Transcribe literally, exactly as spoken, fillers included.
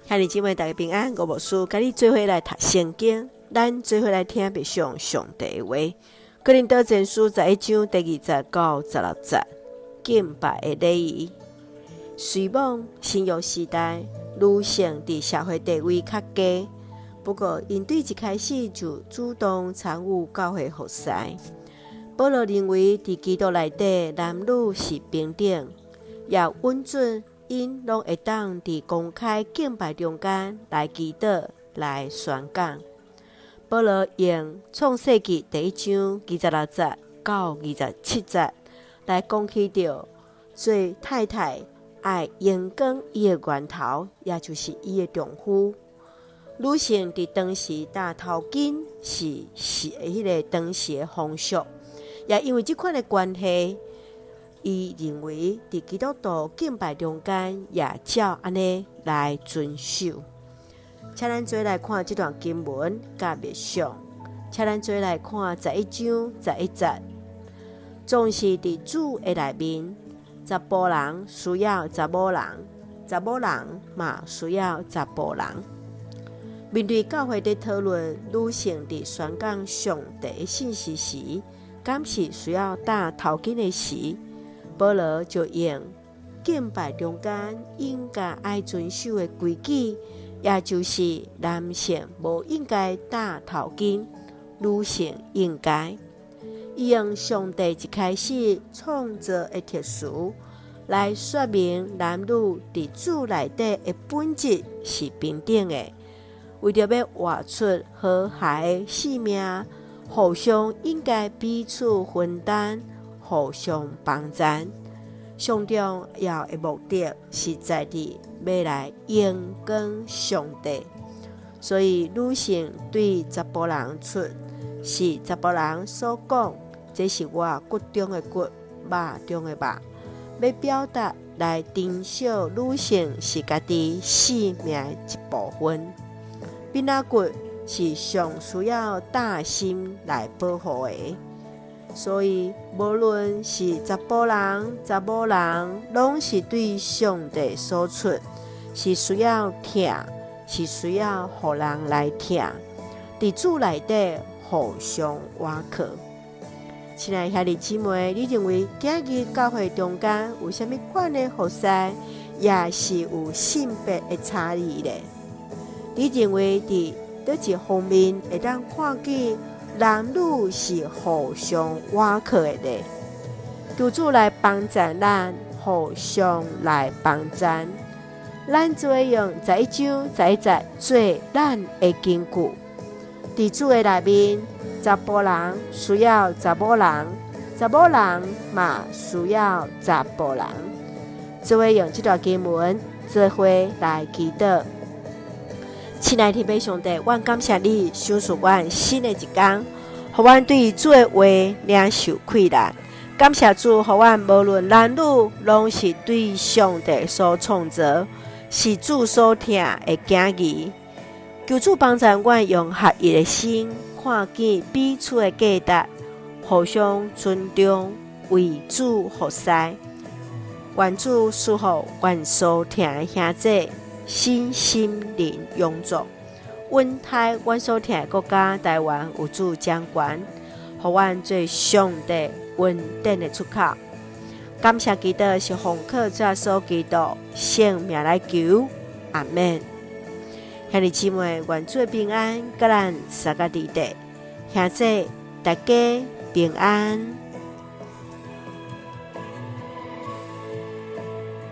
兄弟姊妹大家平安，我无事，甲你做伙来读圣经，咱做伙来听别上上帝的话。哥林多前书十一章第二节到十六节，敬拜的礼仪。虽望新约时代女性伫社会地位较低，不过因对一开始就主动参与教会服侍。保罗认为伫基督内底男女是平等，也允准因拢会当伫公开敬拜中间来祈祷、来宣讲。保罗用创世纪第一章二十六节到二十七节来讲起着做太太爱用光伊的源头，也就是伊的丈夫。女性伫当时戴头巾是是迄个当时的风俗，也因为这款的关系，伊认为伫基督徒敬拜中间也照安尼来遵守。请咱做来看这段经文甲密相，请咱做来看十一章十一节。总是伫主的内面，查甫人需要查某人，查某人嘛需要查甫人。面对教会伫讨论女性伫宣讲上帝的信息时，敢是需要戴头巾的时，保罗就用敬拜中间应该爱遵守的规矩，也就是男性无应该戴头巾，女性应该。伊用上帝一开始创造的特殊来说明男女伫主内底的本质是平等的，为着要活出和谐的生命，互相应该彼此分担，互相帮助。上重要的目的是在伫要来荣光上帝，所以女性对查甫人出，是查甫人所讲，这是我骨中的骨，肉中的肉，要表达来珍惜女性是家己生命的一部分。囡仔骨是上需要大心来保护的，所以无论是查甫人、查某人，拢是对上帝所出，是需要疼，是需要互人来疼，伫主内底互相倚靠。亲爱兄弟姊妹，你认为今日教会中间有啥物款的服侍，也是有性别的差异呢？你认为伫倒一方面会当看见男女是互相倚靠的呢？求主来帮助咱，互相来帮助。咱做用十一章十一节做咱的根据。伫主的内面，查甫人需要查某人，查某人嘛需要查甫人。做用这段经文做伙来祈祷。亲爱的天父上帝，阮感谢你赏赐阮新的一天，互阮对主的话领受快乐。感谢主，互阮无论男女，拢是对上帝所创造，是主所听的囝儿。求主帮助阮用合一的心，看见彼此的价值，互相尊重，为主服侍。愿主赐福阮所听的兄弟，身心灵永驻，稳台阮所听的国家台湾有主掌权，互阮做上帝稳定的出口。感谢基督是奉靠主所基督性命来求，阿们。兄弟姊妹，愿主的平安，甲咱三个伫地，兄弟大家平安。